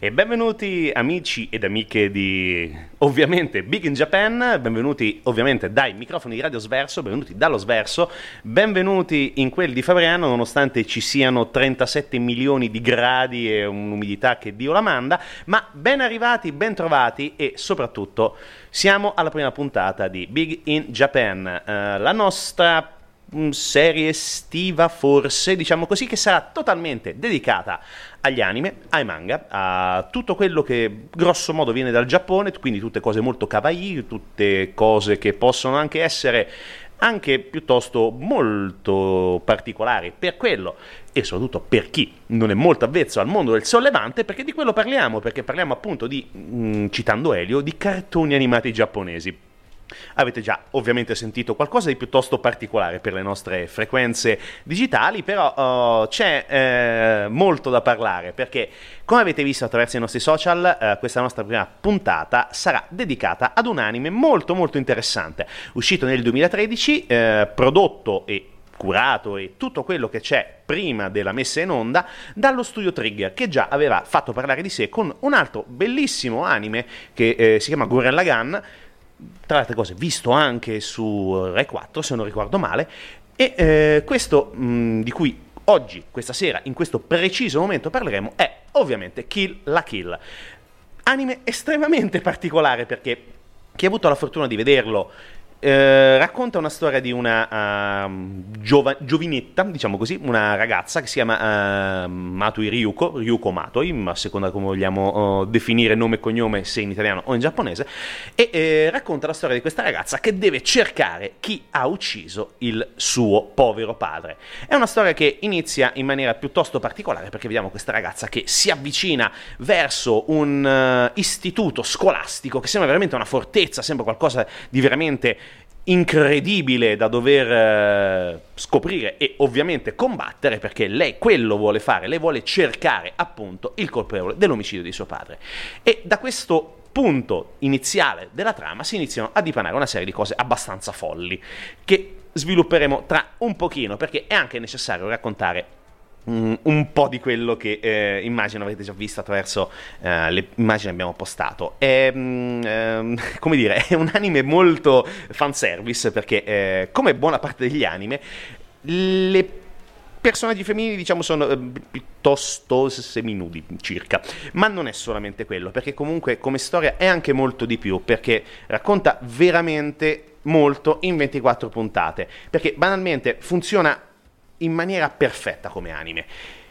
E benvenuti amici ed amiche di ovviamente Big in Japan, benvenuti ovviamente dai microfoni di Radio Sverso, benvenuti dallo Sverso, benvenuti in quel di Fabriano nonostante ci siano 37 milioni di gradi e un'umidità che Dio la manda, ma ben arrivati, ben trovati e soprattutto siamo alla prima puntata di Big in Japan, la nostra serie estiva forse, diciamo così, che sarà totalmente dedicata agli anime, ai manga, a tutto quello che grosso modo viene dal Giappone, quindi tutte cose molto kawaii, tutte cose che possono anche essere anche piuttosto molto particolari per quello e soprattutto per chi non è molto avvezzo al mondo del sollevante, perché di quello parliamo, perché parliamo appunto di, citando Elio, di cartoni animati giapponesi. Avete già ovviamente sentito qualcosa di piuttosto particolare per le nostre frequenze digitali, però c'è molto da parlare, perché come avete visto attraverso i nostri social, questa nostra prima puntata sarà dedicata ad un anime molto molto interessante, uscito nel 2013, prodotto e curato e tutto quello che c'è prima della messa in onda dallo studio Trigger, che già aveva fatto parlare di sé con un altro bellissimo anime che si chiama Gurren Lagann, tra le altre cose visto anche su Rai 4 se non ricordo male, e questo di cui oggi, questa sera, in questo preciso momento parleremo è ovviamente Kill la Kill, anime estremamente particolare perché chi ha avuto la fortuna di vederlo racconta una storia di una giovinetta, diciamo così, una ragazza che si chiama Matoi Ryuko Matoi, a seconda come vogliamo definire nome e cognome, se in italiano o in giapponese, e racconta la storia di questa ragazza che deve cercare chi ha ucciso il suo povero padre. È una storia che inizia in maniera piuttosto particolare perché vediamo questa ragazza che si avvicina verso un istituto scolastico che sembra veramente una fortezza, sembra qualcosa di veramente incredibile da dover scoprire e ovviamente combattere, perché lei quello vuole fare, lei vuole cercare appunto il colpevole dell'omicidio di suo padre. E da questo punto iniziale della trama si iniziano a dipanare una serie di cose abbastanza folli che svilupperemo tra un pochino, perché è anche necessario raccontare un po' di quello che immagino avete già visto attraverso le immagini che abbiamo postato. È come dire, è un anime molto fanservice perché come buona parte degli anime le personaggi femminili, diciamo, sono piuttosto seminudi circa, ma non è solamente quello, perché comunque come storia è anche molto di più, perché racconta veramente molto in 24 puntate, perché banalmente funziona in maniera perfetta come anime,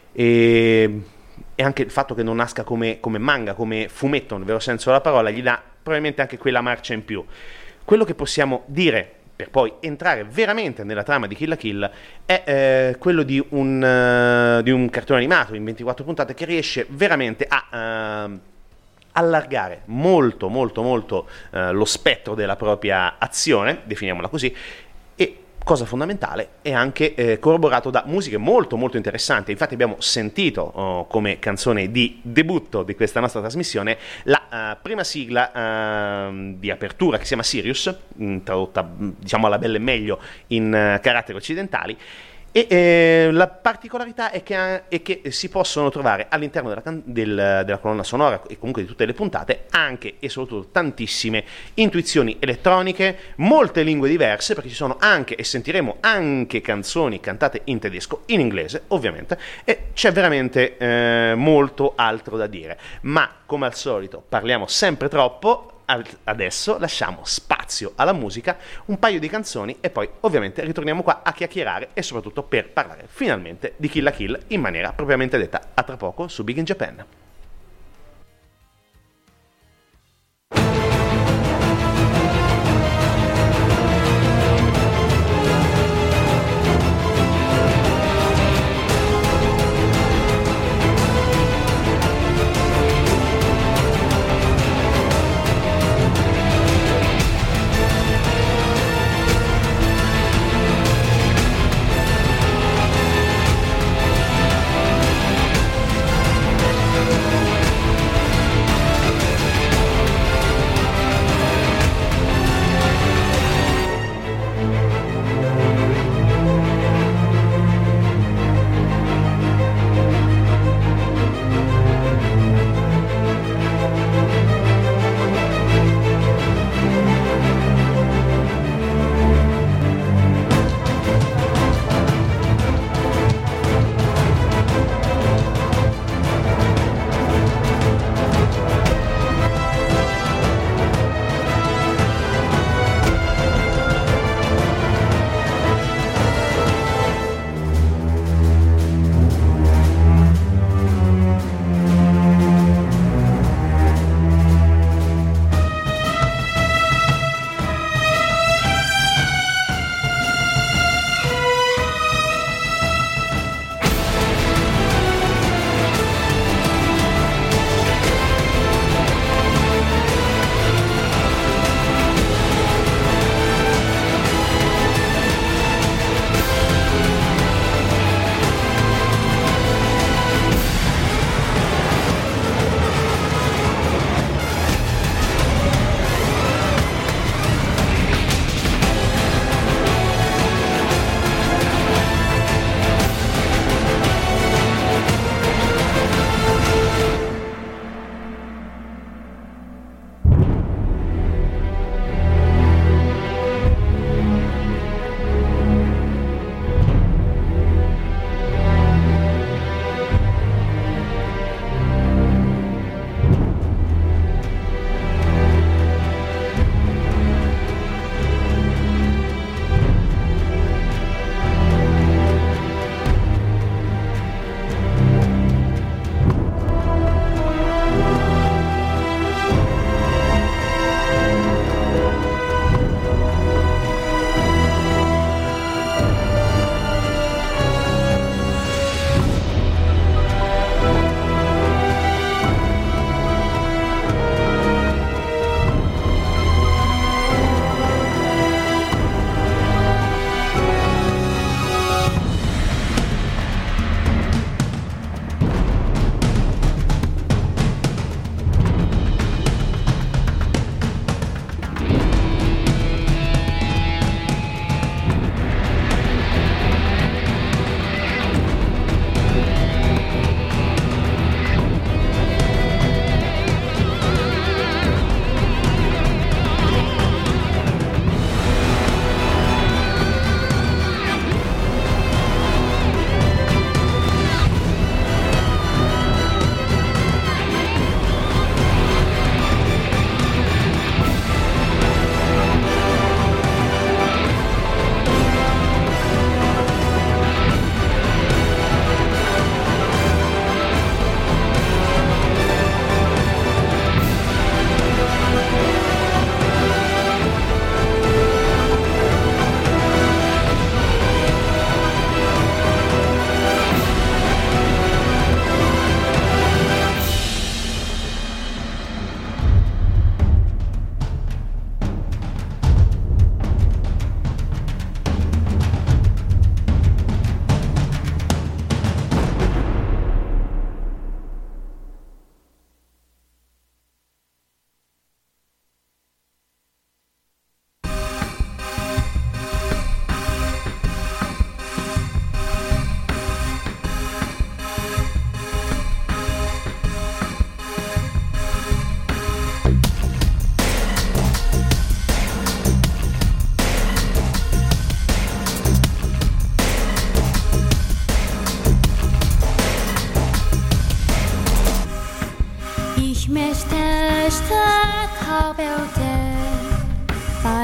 e anche il fatto che non nasca come manga, come fumetto nel vero senso della parola, gli dà probabilmente anche quella marcia in più. Quello che possiamo dire per poi entrare veramente nella trama di Kill la Kill è quello di un cartone animato in 24 puntate che riesce veramente a allargare molto molto molto lo spettro della propria azione, definiamola così, e cosa fondamentale, è anche corroborato da musiche molto molto interessanti. Infatti abbiamo sentito come canzone di debutto di questa nostra trasmissione la prima sigla di apertura, che si chiama Sirius, tradotta diciamo alla belle e meglio in caratteri occidentali, e la particolarità è che si possono trovare all'interno della colonna sonora e comunque di tutte le puntate anche e soprattutto tantissime intuizioni elettroniche, molte lingue diverse, perché ci sono anche, e sentiremo anche, canzoni cantate in tedesco, in inglese ovviamente, e c'è veramente molto altro da dire, ma come al solito parliamo sempre troppo. Adesso lasciamo spazio alla musica, un paio di canzoni e poi ovviamente ritorniamo qua a chiacchierare e soprattutto per parlare finalmente di Kill la Kill in maniera propriamente detta. A tra poco su Big in Japan.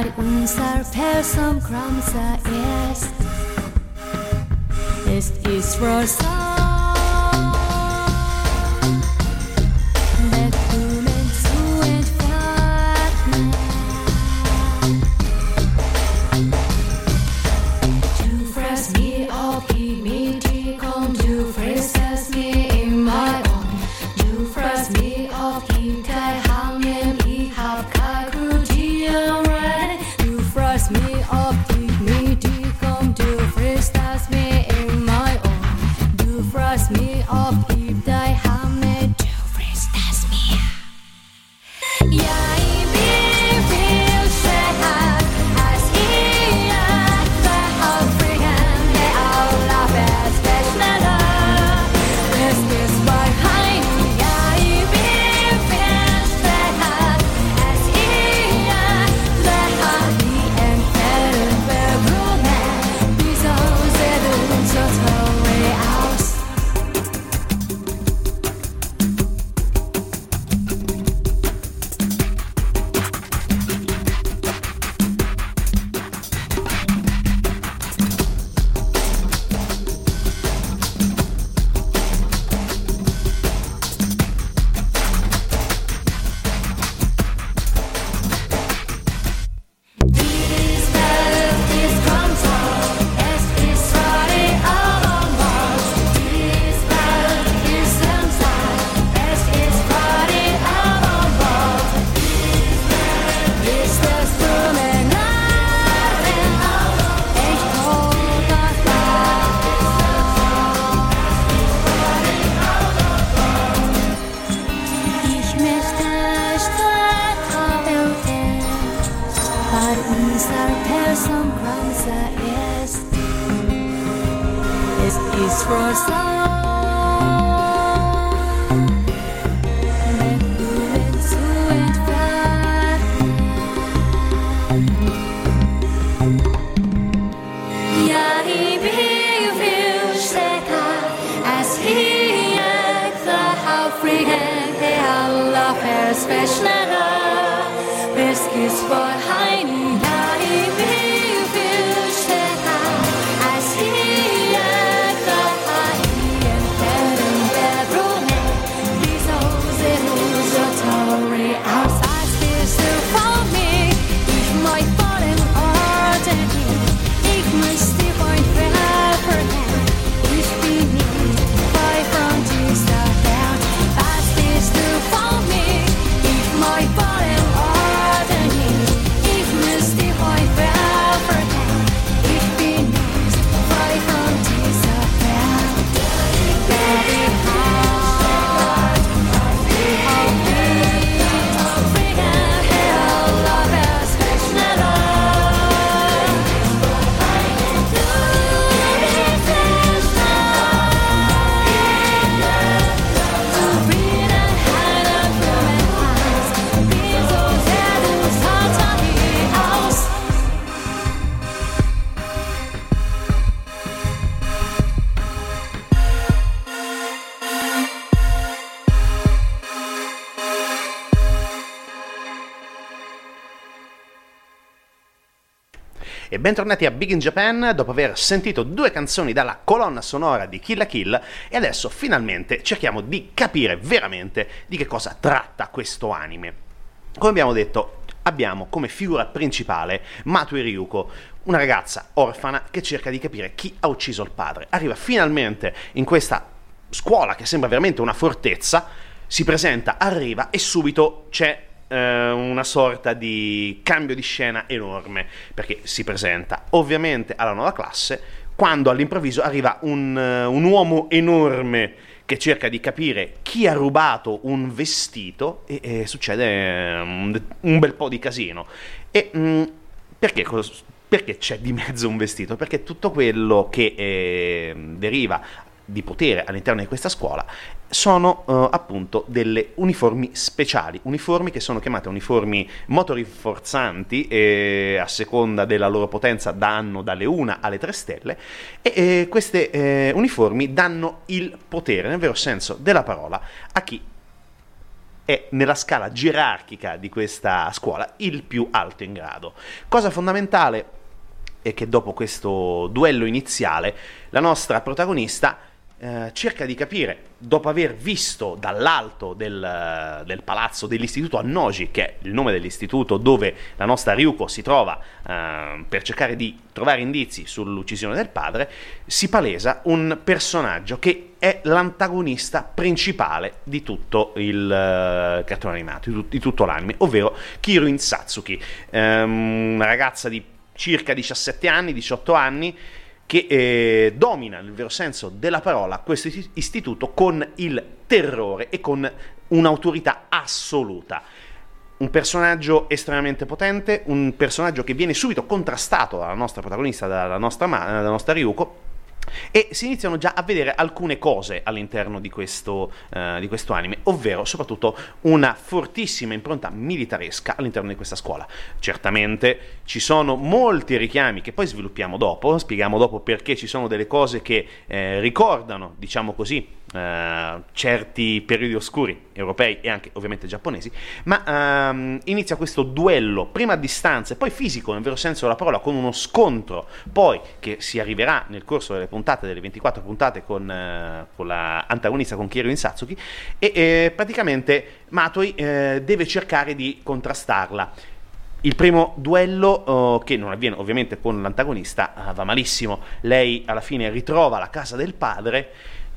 unser Person Kramsa ist Rosa. E bentornati a Big in Japan dopo aver sentito due canzoni dalla colonna sonora di Kill la Kill, e adesso finalmente cerchiamo di capire veramente di che cosa tratta questo anime. Come abbiamo detto, abbiamo come figura principale Matue Ryuko, una ragazza orfana che cerca di capire chi ha ucciso il padre. Arriva finalmente in questa scuola che sembra veramente una fortezza, si presenta, arriva e subito c'è una sorta di cambio di scena enorme, perché si presenta ovviamente alla nuova classe quando all'improvviso arriva un uomo enorme che cerca di capire chi ha rubato un vestito e succede un bel po' di casino. E perché c'è di mezzo un vestito? Perché tutto quello che deriva di potere all'interno di questa scuola sono appunto delle uniformi speciali, uniformi che sono chiamate uniformi motorinforzanti, a seconda della loro potenza danno dalle 1 alle 3 stelle, e queste uniformi danno il potere, nel vero senso della parola, a chi è nella scala gerarchica di questa scuola il più alto in grado. Cosa fondamentale è che dopo questo duello iniziale la nostra protagonista cerca di capire, dopo aver visto dall'alto del palazzo dell'istituto Annoji, che è il nome dell'istituto dove la nostra Ryuko si trova per cercare di trovare indizi sull'uccisione del padre, si palesa un personaggio che è l'antagonista principale di tutto il cartone animato, di tutto l'anime, ovvero Kirin Satsuki, una ragazza di circa 17 anni, 18 anni, che domina nel vero senso della parola questo istituto con il terrore e con un'autorità assoluta. Un personaggio estremamente potente, un personaggio che viene subito contrastato dalla nostra protagonista, dalla nostra Ryuko, e si iniziano già a vedere alcune cose all'interno di questo anime, ovvero soprattutto una fortissima impronta militaresca all'interno di questa scuola. Certamente ci sono molti richiami che poi spieghiamo dopo perché ci sono delle cose che ricordano, diciamo così, certi periodi oscuri europei e anche ovviamente giapponesi, ma inizia questo duello prima a distanza e poi fisico nel vero senso della parola, con uno scontro poi che si arriverà nel corso delle 24 puntate con la antagonista, con Kirin Satsuki, e praticamente Matoi deve cercare di contrastarla. Il primo duello, che non avviene ovviamente con l'antagonista, va malissimo. Lei alla fine ritrova la casa del padre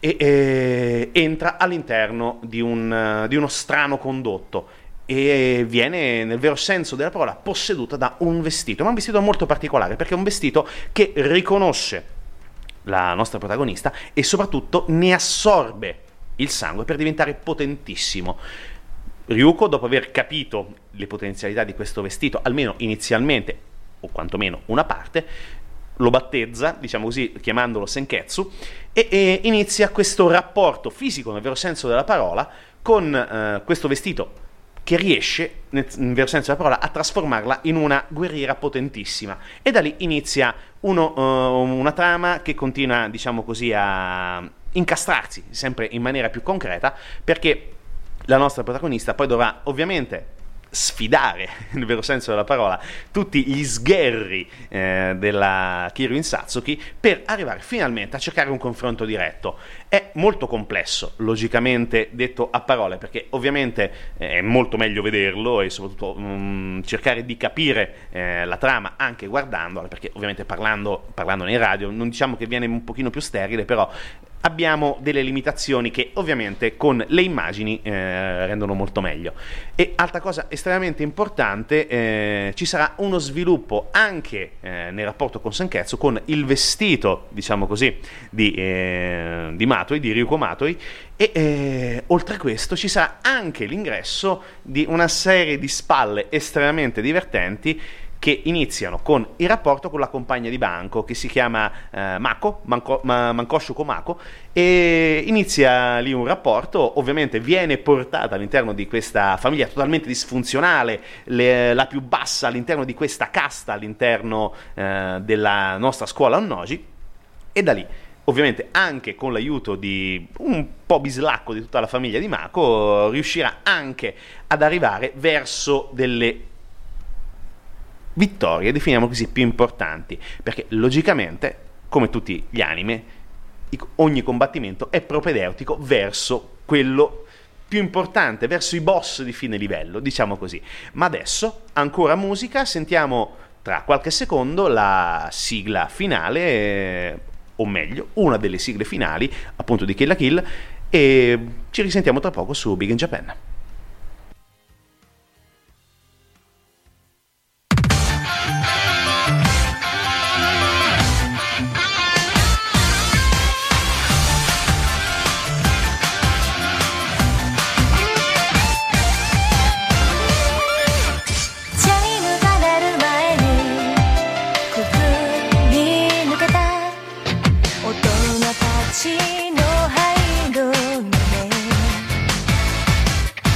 e entra all'interno di uno strano condotto e viene, nel vero senso della parola, posseduta da un vestito, ma un vestito molto particolare, perché è un vestito che riconosce la nostra protagonista e soprattutto ne assorbe il sangue per diventare potentissimo. Ryuko, dopo aver capito le potenzialità di questo vestito, almeno inizialmente, o quantomeno una parte, lo battezza, diciamo così, chiamandolo Senketsu, e inizia questo rapporto fisico, nel vero senso della parola, con questo vestito che riesce, nel vero senso della parola, a trasformarla in una guerriera potentissima. E da lì inizia una trama che continua, diciamo così, a incastrarsi sempre in maniera più concreta, perché la nostra protagonista poi dovrà ovviamente sfidare, nel vero senso della parola, tutti gli sgherri della Kirin Satsuki per arrivare finalmente a cercare un confronto diretto. È molto complesso, logicamente detto a parole, perché ovviamente è molto meglio vederlo e soprattutto cercare di capire la trama anche guardandola, perché ovviamente parlando nei radio non diciamo che viene un pochino più sterile, però abbiamo delle limitazioni che ovviamente con le immagini rendono molto meglio. E altra cosa estremamente importante, ci sarà uno sviluppo anche nel rapporto con Senketsu, con il vestito, diciamo così, di Matoi, di Ryuko Matoi, e oltre a questo ci sarà anche l'ingresso di una serie di spalle estremamente divertenti che iniziano con il rapporto con la compagna di banco che si chiama Mankoshu Komako, e inizia lì un rapporto. Ovviamente viene portata all'interno di questa famiglia totalmente disfunzionale, la più bassa all'interno di questa casta all'interno della nostra scuola Annoji, e da lì ovviamente anche con l'aiuto di un po' bislacco di tutta la famiglia di Mako riuscirà anche ad arrivare verso delle vittorie, definiamo così, più importanti, perché logicamente, come tutti gli anime, ogni combattimento è propedeutico verso quello più importante, verso i boss di fine livello, diciamo così. Ma adesso ancora musica, sentiamo tra qualche secondo la sigla finale, o meglio una delle sigle finali appunto di Kill la Kill, e ci risentiamo tra poco su Big in Japan. の灰色の目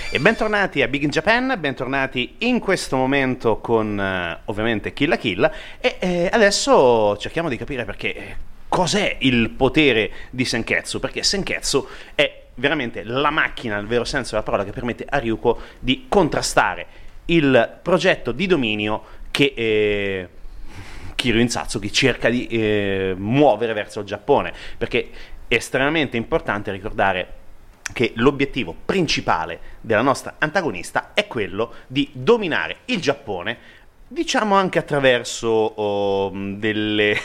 E bentornati a Big in Japan, bentornati in questo momento con ovviamente Kill la Kill e adesso cerchiamo di capire perché cos'è il potere di Senketsu, perché Senketsu è veramente la macchina, nel vero senso della parola, che permette a Ryuko di contrastare il progetto di dominio che Kiryuin Satsuki cerca di muovere verso il Giappone, perché è estremamente importante ricordare che l'obiettivo principale della nostra antagonista è quello di dominare il Giappone, diciamo anche attraverso delle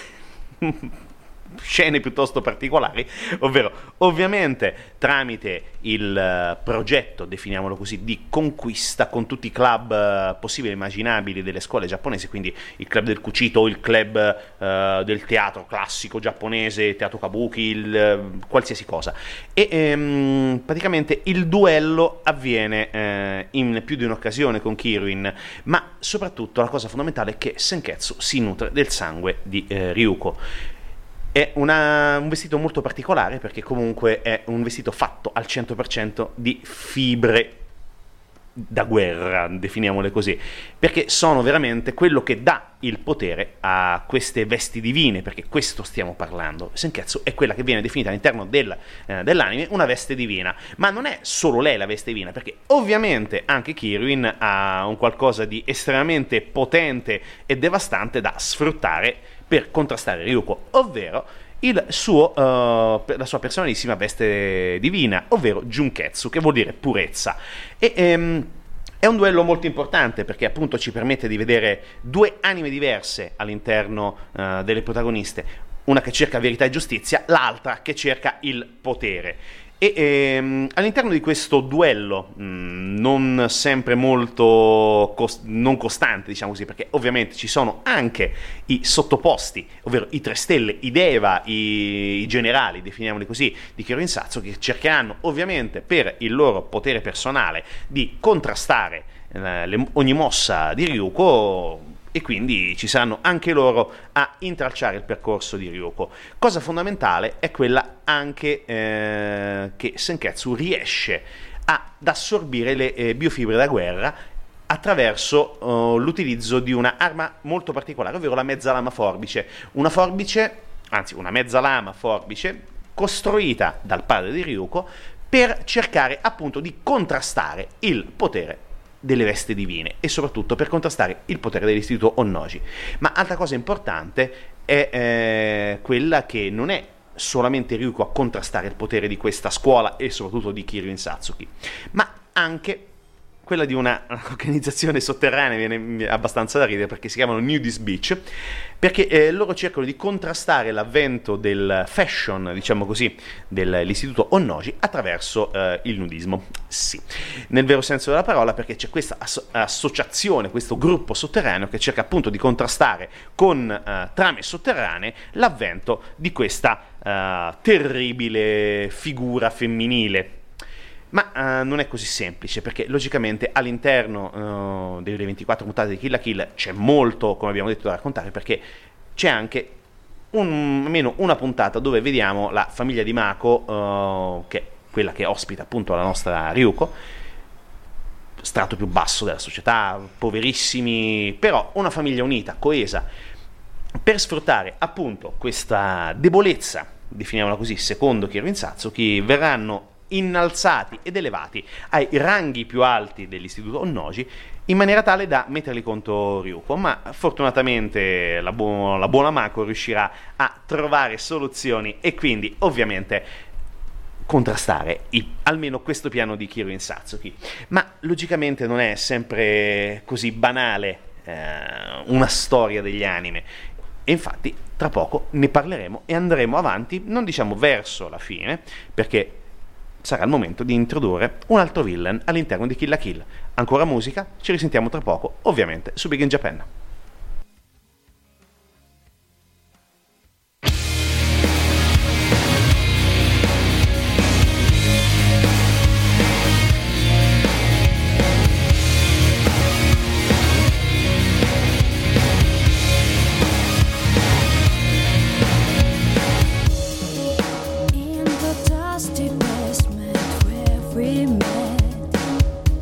scene piuttosto particolari, ovvero ovviamente tramite il progetto, definiamolo così, di conquista con tutti i club possibili e immaginabili delle scuole giapponesi, quindi il club del Kuchito o il club del teatro classico giapponese, teatro kabuki, qualsiasi cosa. E praticamente il duello avviene in più di un'occasione con Kiryuin, ma soprattutto la cosa fondamentale è che Senketsu si nutre del sangue di Ryuko. È un vestito molto particolare perché comunque è un vestito fatto al 100% di fibre da guerra, definiamole così, perché sono veramente quello che dà il potere a queste vesti divine, perché questo stiamo parlando. Senketsu è quella che viene definita all'interno dell'anime una veste divina, ma non è solo lei la veste divina, perché ovviamente anche Kiryuin ha un qualcosa di estremamente potente e devastante da sfruttare per contrastare Ryuko, ovvero la sua personalissima veste divina, ovvero Junketsu, che vuol dire purezza. E è un duello molto importante perché appunto ci permette di vedere due anime diverse all'interno delle protagoniste, una che cerca verità e giustizia, l'altra che cerca il potere. E all'interno di questo duello non sempre molto non costante, diciamo così, perché ovviamente ci sono anche i sottoposti, ovvero i 3 stelle, i Deva, i generali, definiamoli così, di Kiryuin Satsuki, che cercheranno ovviamente per il loro potere personale di contrastare ogni mossa di Ryuko, e quindi ci saranno anche loro a intralciare il percorso di Ryuko. Cosa fondamentale è quella anche che Senketsu riesce ad assorbire le biofibre da guerra attraverso l'utilizzo di una arma molto particolare, ovvero la mezza lama forbice. Una mezza lama forbice costruita dal padre di Ryuko per cercare appunto di contrastare il potere delle vesti divine e soprattutto per contrastare il potere dell'istituto Onnoji. Ma altra cosa importante è quella che non è solamente Ryuko a contrastare il potere di questa scuola e soprattutto di Kiryuin Satsuki, ma anche quella di una organizzazione sotterranea, viene abbastanza da ridere perché si chiamano Nudist Beach, perché loro cercano di contrastare l'avvento del fashion, diciamo così, dell'istituto Onnoji attraverso il nudismo. Sì, nel vero senso della parola, perché c'è questa associazione, questo gruppo sotterraneo che cerca appunto di contrastare con trame sotterranee l'avvento di questa terribile figura femminile. Ma non è così semplice, perché logicamente all'interno delle 24 puntate di Kill la Kill c'è molto, come abbiamo detto, da raccontare, perché c'è anche almeno una puntata dove vediamo la famiglia di Mako, che è quella che ospita appunto la nostra Ryuko, strato più basso della società, poverissimi, però una famiglia unita, coesa, per sfruttare appunto questa debolezza, definiamola così, secondo Kiryuin Satsuki, verranno innalzati ed elevati ai ranghi più alti dell'istituto Onnoji in maniera tale da metterli contro Ryuko, ma fortunatamente la buona Mako riuscirà a trovare soluzioni e quindi ovviamente contrastare almeno questo piano di Kiryuin Satsuki. Ma logicamente non è sempre così banale una storia degli anime, e infatti tra poco ne parleremo e andremo avanti, non diciamo verso la fine, perché sarà il momento di introdurre un altro villain all'interno di Kill la Kill. Ancora musica, ci risentiamo tra poco, ovviamente su Big in Japan. In the dusty basement where we met,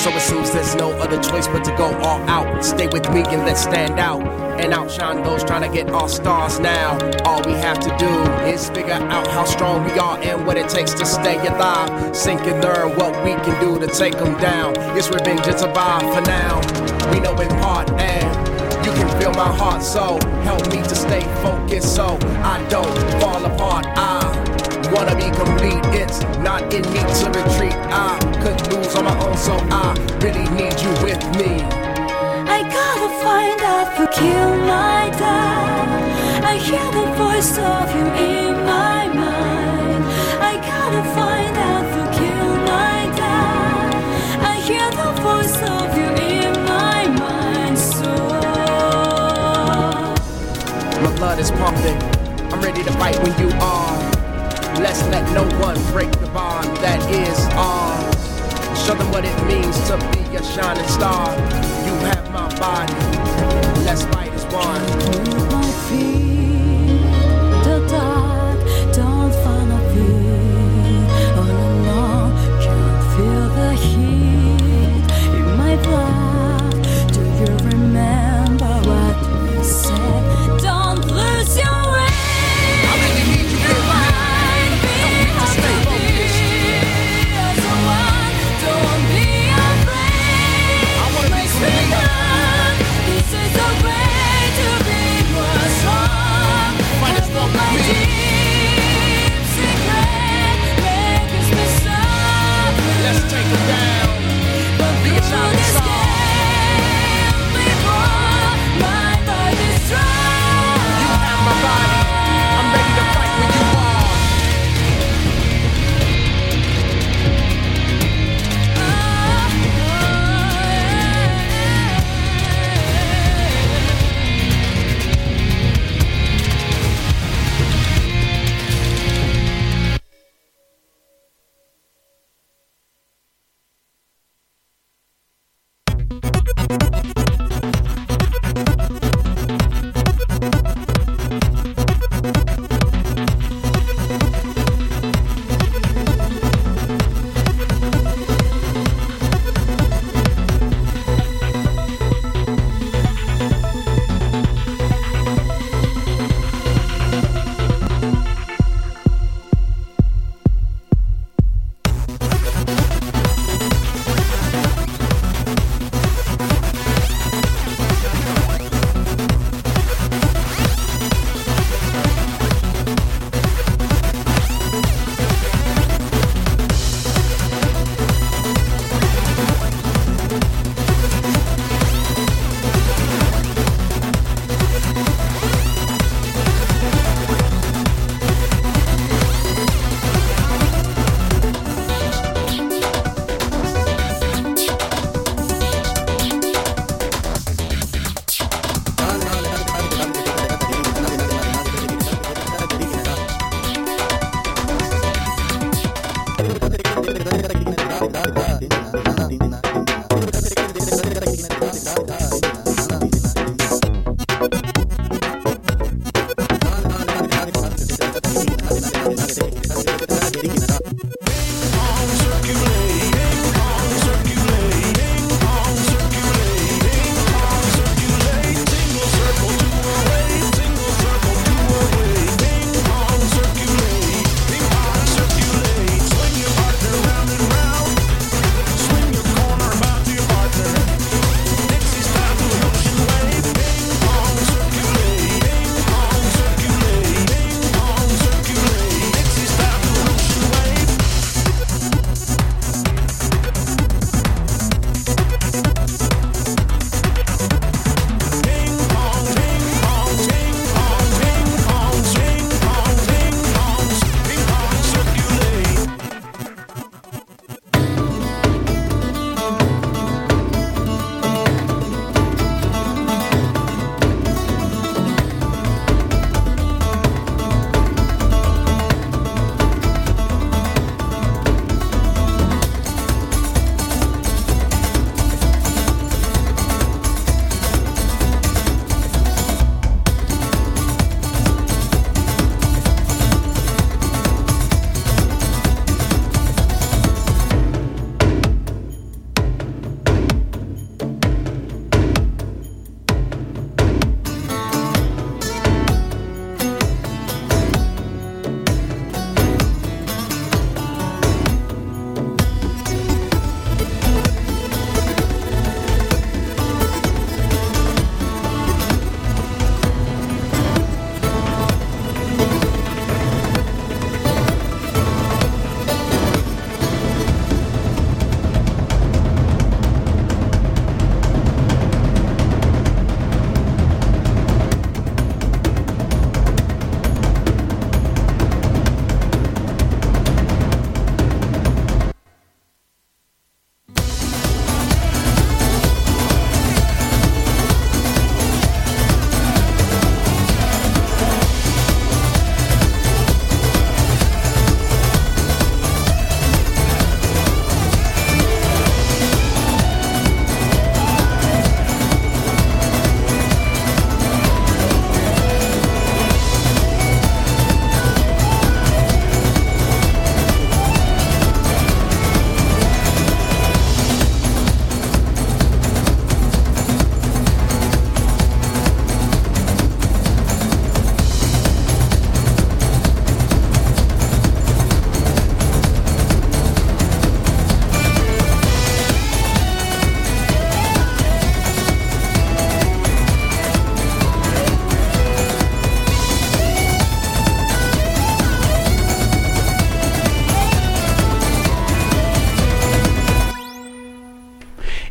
So it seems there's no other choice but to go all out. Stay with me and let's stand out and outshine those trying to get our stars now. All we have to do is figure out how strong we are and what it takes to stay alive. Sink and learn what we can do to take them down. It's revenge, it's a vibe for now. We know in part and you can feel my heart, so help me to stay focused so I don't fall apart. I wanna be complete, it's not in me to retreat. I could lose on my own, so I really need you with me. I gotta find out who killed my dad. I hear the voice of him in my mind. I gotta find out who killed my dad. I hear the voice of you in my mind. So my blood is pumping, I'm ready to fight when you are. Let's let no one break the bond that is ours. Show them what it means to be a shining star. You have my body, let's fight as one. move my feet, the dark, don't follow me. All alone, can't feel the heat in my blood. Do you remember what we said? Don't lose your way. I really need you with me. Help me to stay focused. Don't be afraid. I wanna be complete. This is the way to be more strong.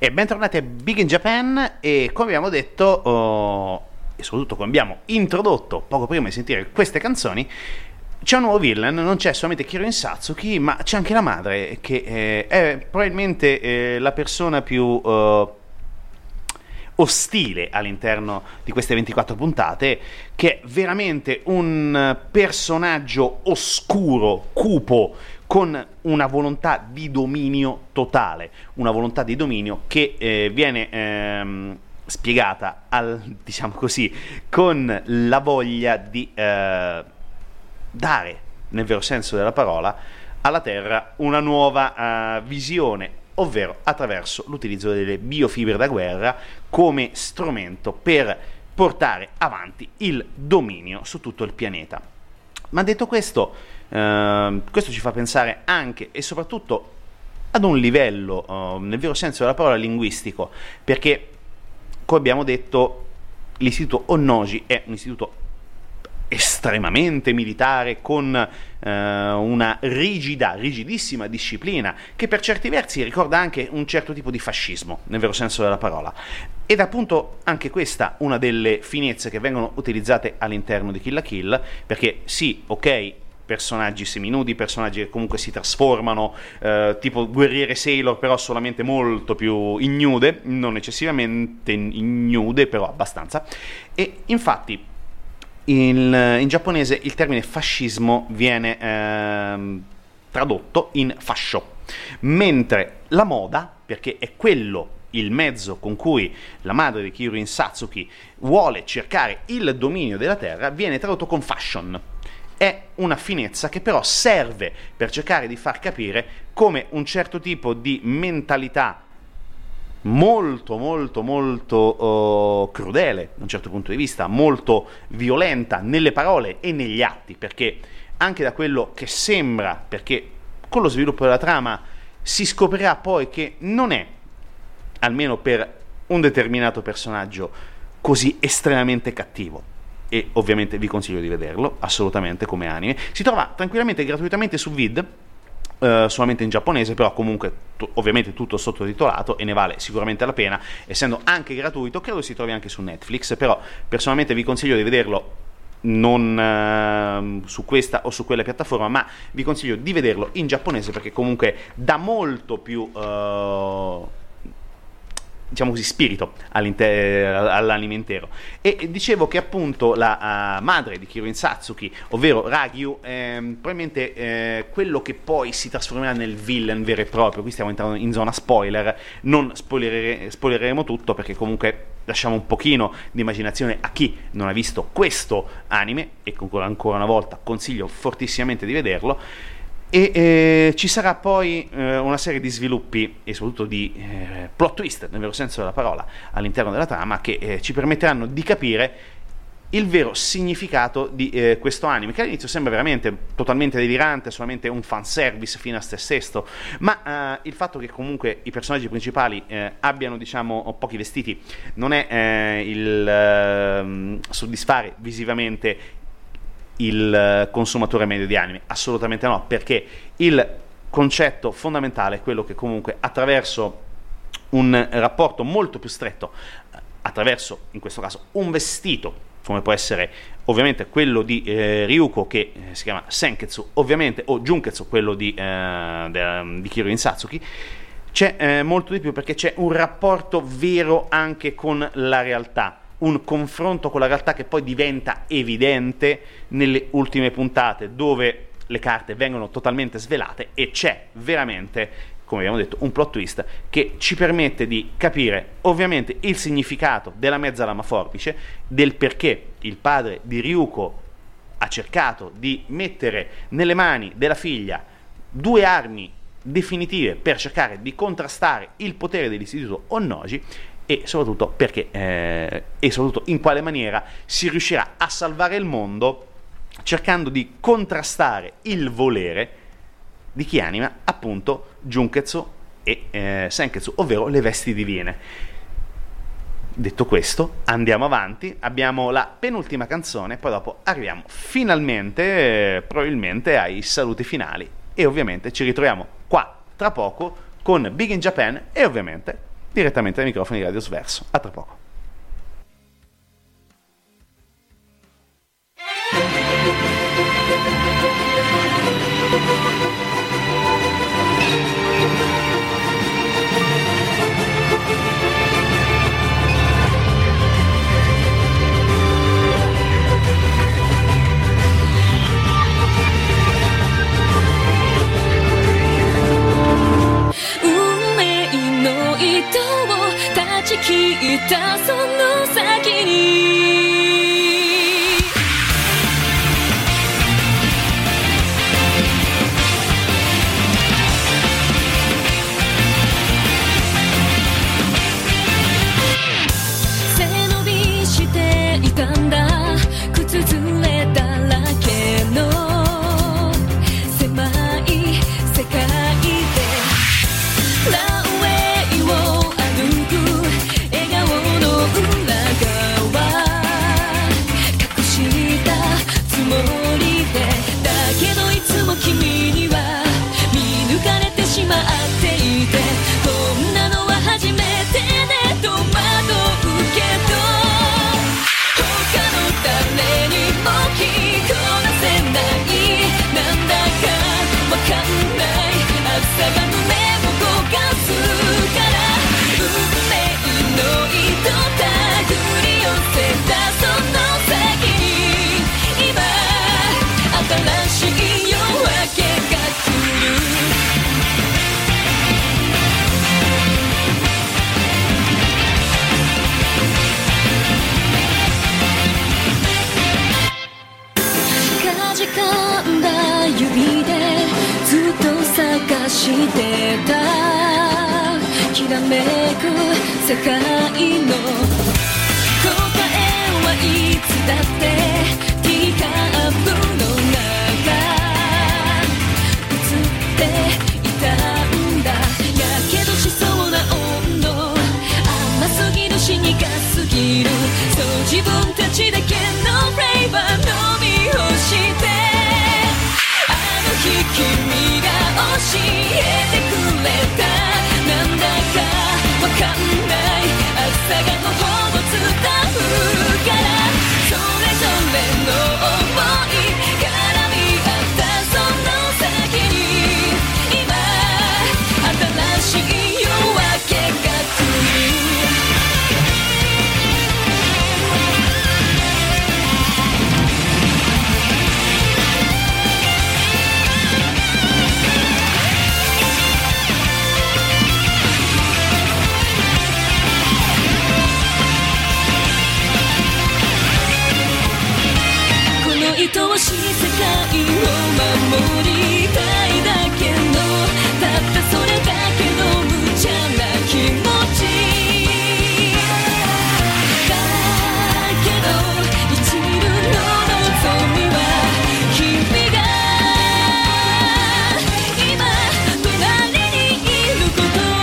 E bentornati a Big in Japan e come abbiamo detto, e soprattutto come abbiamo introdotto poco prima di sentire queste canzoni, c'è un nuovo villain, non c'è solamente Kirin Satsuki, ma c'è anche la madre, che è probabilmente la persona più ostile all'interno di queste 24 puntate, che è veramente un personaggio oscuro, cupo, con una volontà di dominio totale, una volontà di dominio che viene spiegata, diciamo così, con la voglia di dare, nel vero senso della parola, alla Terra una nuova visione, ovvero attraverso l'utilizzo delle biofibre da guerra come strumento per portare avanti il dominio su tutto il pianeta. Ma detto questo, questo ci fa pensare anche e soprattutto ad un livello, nel vero senso della parola, linguistico, perché, come abbiamo detto, l'istituto Honnoji è un istituto estremamente militare, con una rigidissima disciplina che per certi versi ricorda anche un certo tipo di fascismo, nel vero senso della parola. Ed appunto anche questa una delle finezze che vengono utilizzate all'interno di Kill la Kill, perché sì, ok, personaggi seminudi, personaggi che comunque si trasformano, tipo guerriere Sailor, però solamente molto più ignude, non eccessivamente ignude, però abbastanza. E infatti in giapponese il termine fascismo viene tradotto in fascio, mentre la moda, perché è quello il mezzo con cui la madre di Kirin Satsuki vuole cercare il dominio della Terra, viene tradotto con fashion. È una finezza che però serve per cercare di far capire come un certo tipo di mentalità molto crudele da un certo punto di vista, molto violenta nelle parole e negli atti, perché anche da quello che sembra, perché con lo sviluppo della trama si scoprirà poi che non è, almeno per un determinato personaggio, così estremamente cattivo. E ovviamente vi consiglio di vederlo assolutamente come anime. Si trova tranquillamente e gratuitamente su Vid, solamente in giapponese, però comunque ovviamente tutto sottotitolato e ne vale sicuramente la pena, essendo anche gratuito. Credo si trovi anche su Netflix, però personalmente vi consiglio di vederlo non su questa o su quella piattaforma, ma vi consiglio di vederlo in giapponese, perché comunque dà molto più diciamo così, spirito all'anime intero. E dicevo che appunto la madre di Kirin Satsuki, ovvero Ragyu, probabilmente quello che poi si trasformerà nel villain vero e proprio. Qui stiamo entrando in zona spoiler, non spoilereremo tutto, perché comunque lasciamo un pochino di immaginazione a chi non ha visto questo anime, e ancora una volta consiglio fortissimamente di vederlo. E ci sarà poi una serie di sviluppi e soprattutto di plot twist, nel vero senso della parola, all'interno della trama, che ci permetteranno di capire il vero significato di questo anime, che all'inizio sembra veramente totalmente delirante, solamente un fanservice fino a se stesso, ma il fatto che comunque i personaggi principali abbiano, diciamo, pochi vestiti non è il soddisfare visivamente il consumatore medio di anime, assolutamente no, perché il concetto fondamentale è quello che comunque attraverso un rapporto molto più stretto, attraverso in questo caso un vestito, come può essere ovviamente quello di Ryuko, che si chiama Senketsu ovviamente, o Junketsu, quello di Kirin Satsuki, c'è molto di più, perché c'è un rapporto vero anche con la realtà, un confronto con la realtà che poi diventa evidente nelle ultime puntate, dove le carte vengono totalmente svelate e c'è veramente, come abbiamo detto, un plot twist che ci permette di capire ovviamente il significato della mezza lama forbice, del perché il padre di Ryuko ha cercato di mettere nelle mani della figlia due armi definitive per cercare di contrastare il potere dell'istituto Honnoji, e soprattutto perché e soprattutto in quale maniera si riuscirà a salvare il mondo cercando di contrastare il volere di chi anima appunto Junketsu e Senketsu, ovvero le vesti divine. Detto questo, andiamo avanti, abbiamo la penultima canzone, poi dopo arriviamo finalmente probabilmente ai saluti finali, e ovviamente ci ritroviamo qua tra poco con Big in Japan e ovviamente direttamente dai microfoni di Radio Sverso. A tra poco. 切ったその先に背伸びしていたんだ靴ずれだらけの狭い世界でランウェイを歩く笑顔の裏側隠したつもりでだけどいつも君には見抜かれてしまっていてこんなのは初めてねと惑うけど他の誰にも聞こなせないなんだかわかんない暑さが胸を動かすから運命の糸手繰り寄せたその先に今新しい夜明けが来るかじかんだ指でずっと探してたきらめく世界の答えはいつだってティーカップの中映っていたんだやけどしそうな温度甘すぎるし苦すぎるそう自分たちだけのフレーバー飲み干してあの日君が教えてくれたなんだかわかんない暑さがのほぼ伝うからそれぞれの想い絡み合ったその先に今新しい夜明けが来る愛おしい世界を守りたいだけのたったそれだけの無茶な気持ちだけど一縷の望みは君が今隣にいる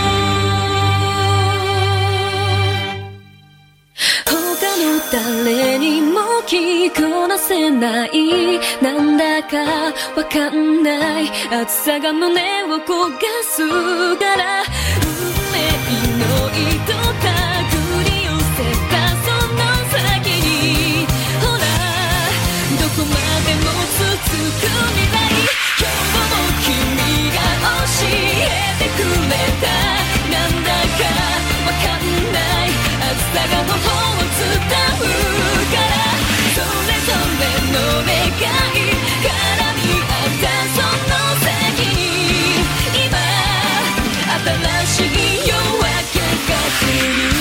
こと他の誰にも聞こなせないなんだかわかんない暑さが胸を焦がすから運命の糸手繰り寄せたその先にほらどこまでも続く未来今日も君が教えてくれたなんだかわかんない暑さがの方を伝うからそれぞれの願い絡み合ったその先に今新しい夜明けが来る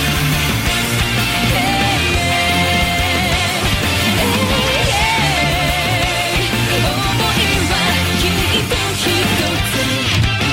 想いはきっと一つ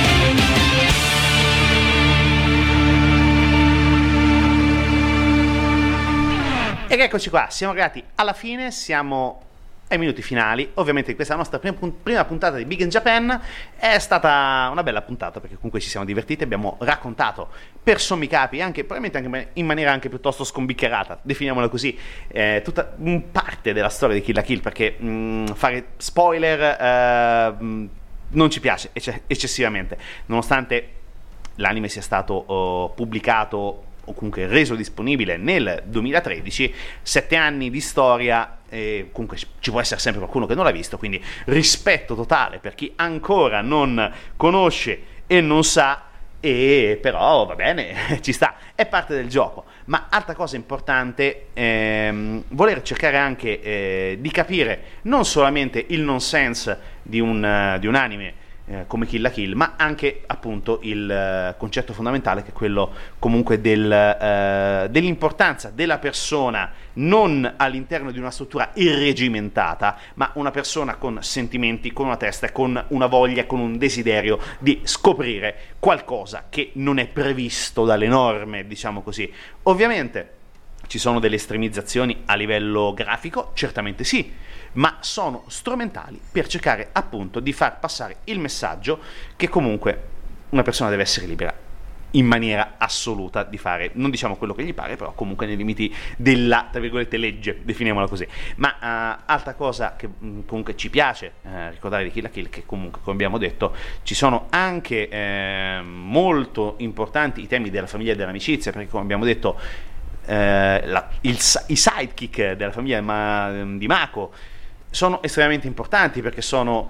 Ed eccoci qua, siamo arrivati alla fine, siamo ai minuti finali. Ovviamente questa nostra prima puntata di Big in Japan è stata una bella puntata perché comunque ci siamo divertiti, abbiamo raccontato per sommi capi, anche probabilmente anche in maniera anche piuttosto scombiccherata, definiamola così, tutta parte della storia di Kill la Kill, perché fare spoiler non ci piace eccessivamente, nonostante l'anime sia stato pubblicato o comunque reso disponibile nel 2013, 7 anni di storia, comunque ci può essere sempre qualcuno che non l'ha visto, quindi rispetto totale per chi ancora non conosce e non sa, e però va bene, ci sta, è parte del gioco. Ma altra cosa importante, voler cercare anche di capire non solamente il nonsense di un anime come Kill la Kill, ma anche appunto il concetto fondamentale, che è quello comunque dell'importanza della persona non all'interno di una struttura irregimentata, ma una persona con sentimenti, con una testa, con una voglia, con un desiderio di scoprire qualcosa che non è previsto dalle norme, diciamo così. Ovviamente ci sono delle estremizzazioni a livello grafico, certamente sì, ma sono strumentali per cercare appunto di far passare il messaggio che comunque una persona deve essere libera in maniera assoluta di fare, non diciamo quello che gli pare, però comunque nei limiti della, tra virgolette, legge, definiamola così. Ma altra cosa che comunque ci piace ricordare di Kill la Kill, che comunque, come abbiamo detto, ci sono anche molto importanti i temi della famiglia e dell'amicizia, perché come abbiamo detto i sidekick della famiglia di Mako sono estremamente importanti, perché sono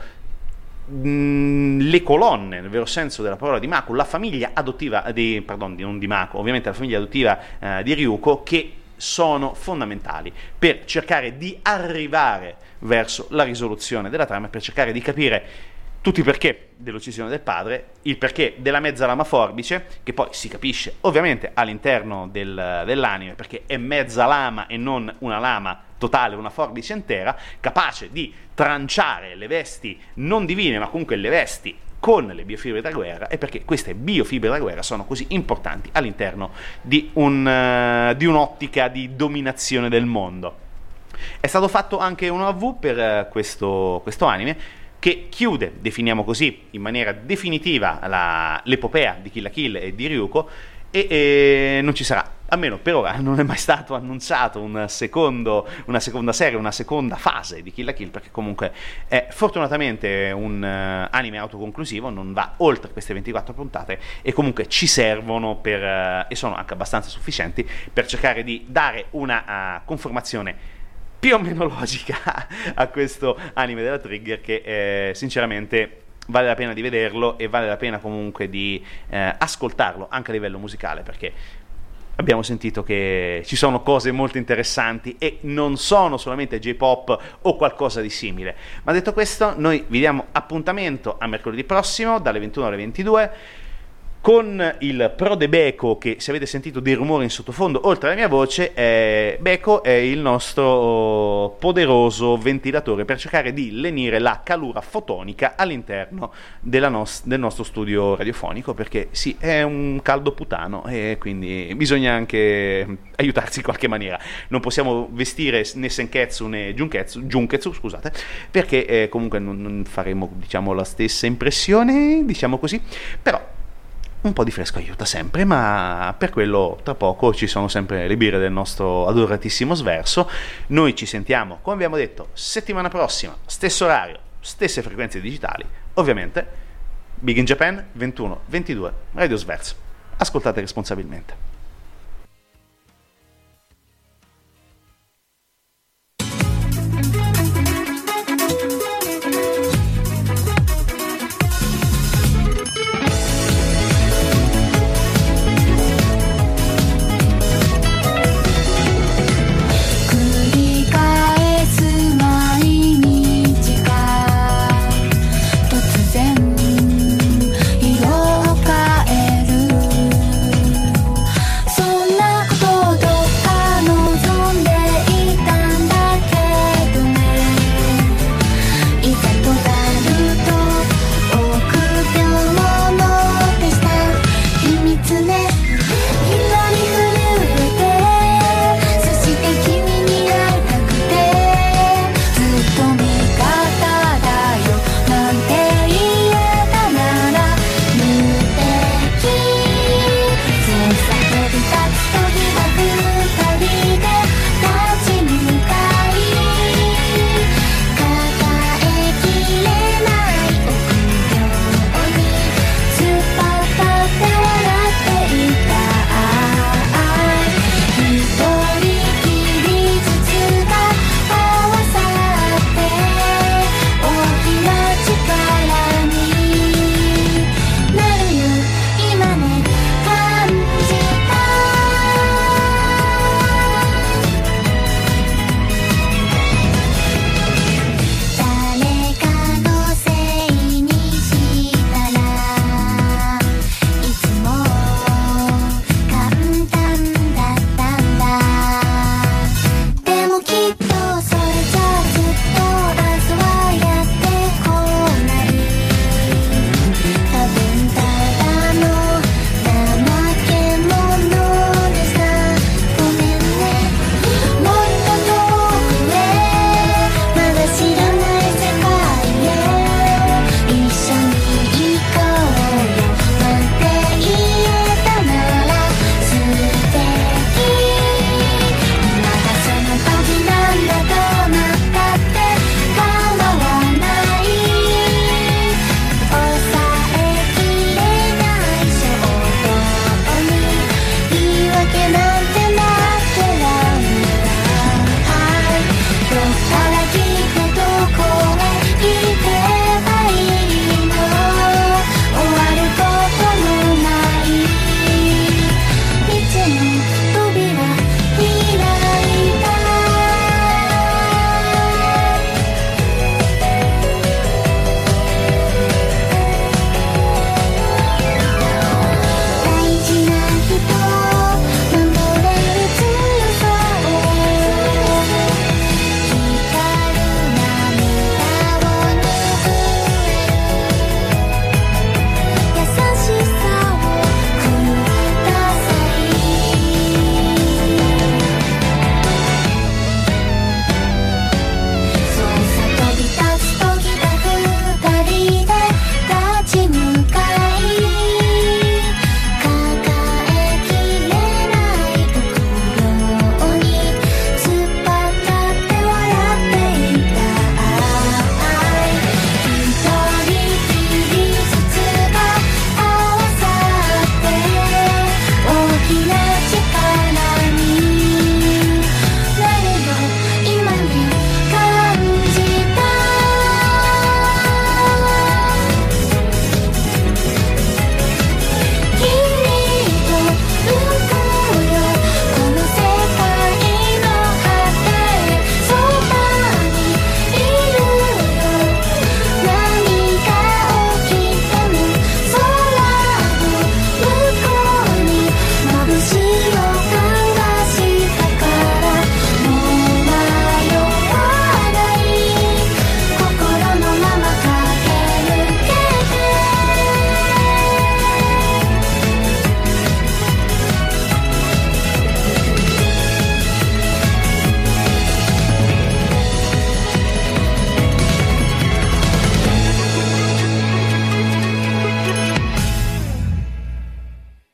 le colonne, nel vero senso della parola, di Mako, la famiglia adottiva non di Mako, ovviamente la famiglia adottiva di Ryuko, che sono fondamentali per cercare di arrivare verso la risoluzione della trama, per cercare di capire tutti i perché dell'uccisione del padre, il perché della mezza lama forbice, che poi si capisce ovviamente all'interno dell'anime, perché è mezza lama e non una lama totale, una forbice intera, capace di tranciare le vesti non divine, ma comunque le vesti con le biofibre da guerra, e perché queste biofibre da guerra sono così importanti all'interno di un'ottica di dominazione del mondo. È stato fatto anche un OAV per questo anime, che chiude, definiamo così, in maniera definitiva l'epopea di Kill la Kill e di Ryuko, e non ci sarà, almeno per ora non è mai stato annunciato una seconda serie, una seconda fase di Kill la Kill, perché comunque è fortunatamente un anime autoconclusivo, non va oltre queste 24 puntate, e comunque ci servono e sono anche abbastanza sufficienti per cercare di dare una conformazione più o meno logica a questo anime della Trigger, che sinceramente vale la pena di vederlo, e vale la pena comunque di ascoltarlo anche a livello musicale, perché abbiamo sentito che ci sono cose molto interessanti e non sono solamente J-pop o qualcosa di simile. Ma detto questo, noi vi diamo appuntamento a mercoledì prossimo dalle 21 alle 22 con il Prode Beko, che se avete sentito dei rumori in sottofondo oltre alla mia voce, Beko è il nostro poderoso ventilatore per cercare di lenire la calura fotonica all'interno del nostro studio radiofonico, perché sì, è un caldo putano e quindi bisogna anche aiutarsi in qualche maniera. Non possiamo vestire né Senketsu né Junketsu, scusate, perché comunque non faremo, diciamo, la stessa impressione, diciamo così, però un po' di fresco aiuta sempre, ma per quello tra poco ci sono sempre le birre del nostro adoratissimo Sverso. Noi ci sentiamo, come abbiamo detto, settimana prossima, stesso orario, stesse frequenze digitali, ovviamente Big in Japan 21-22, Radio Sverso. Ascoltate responsabilmente.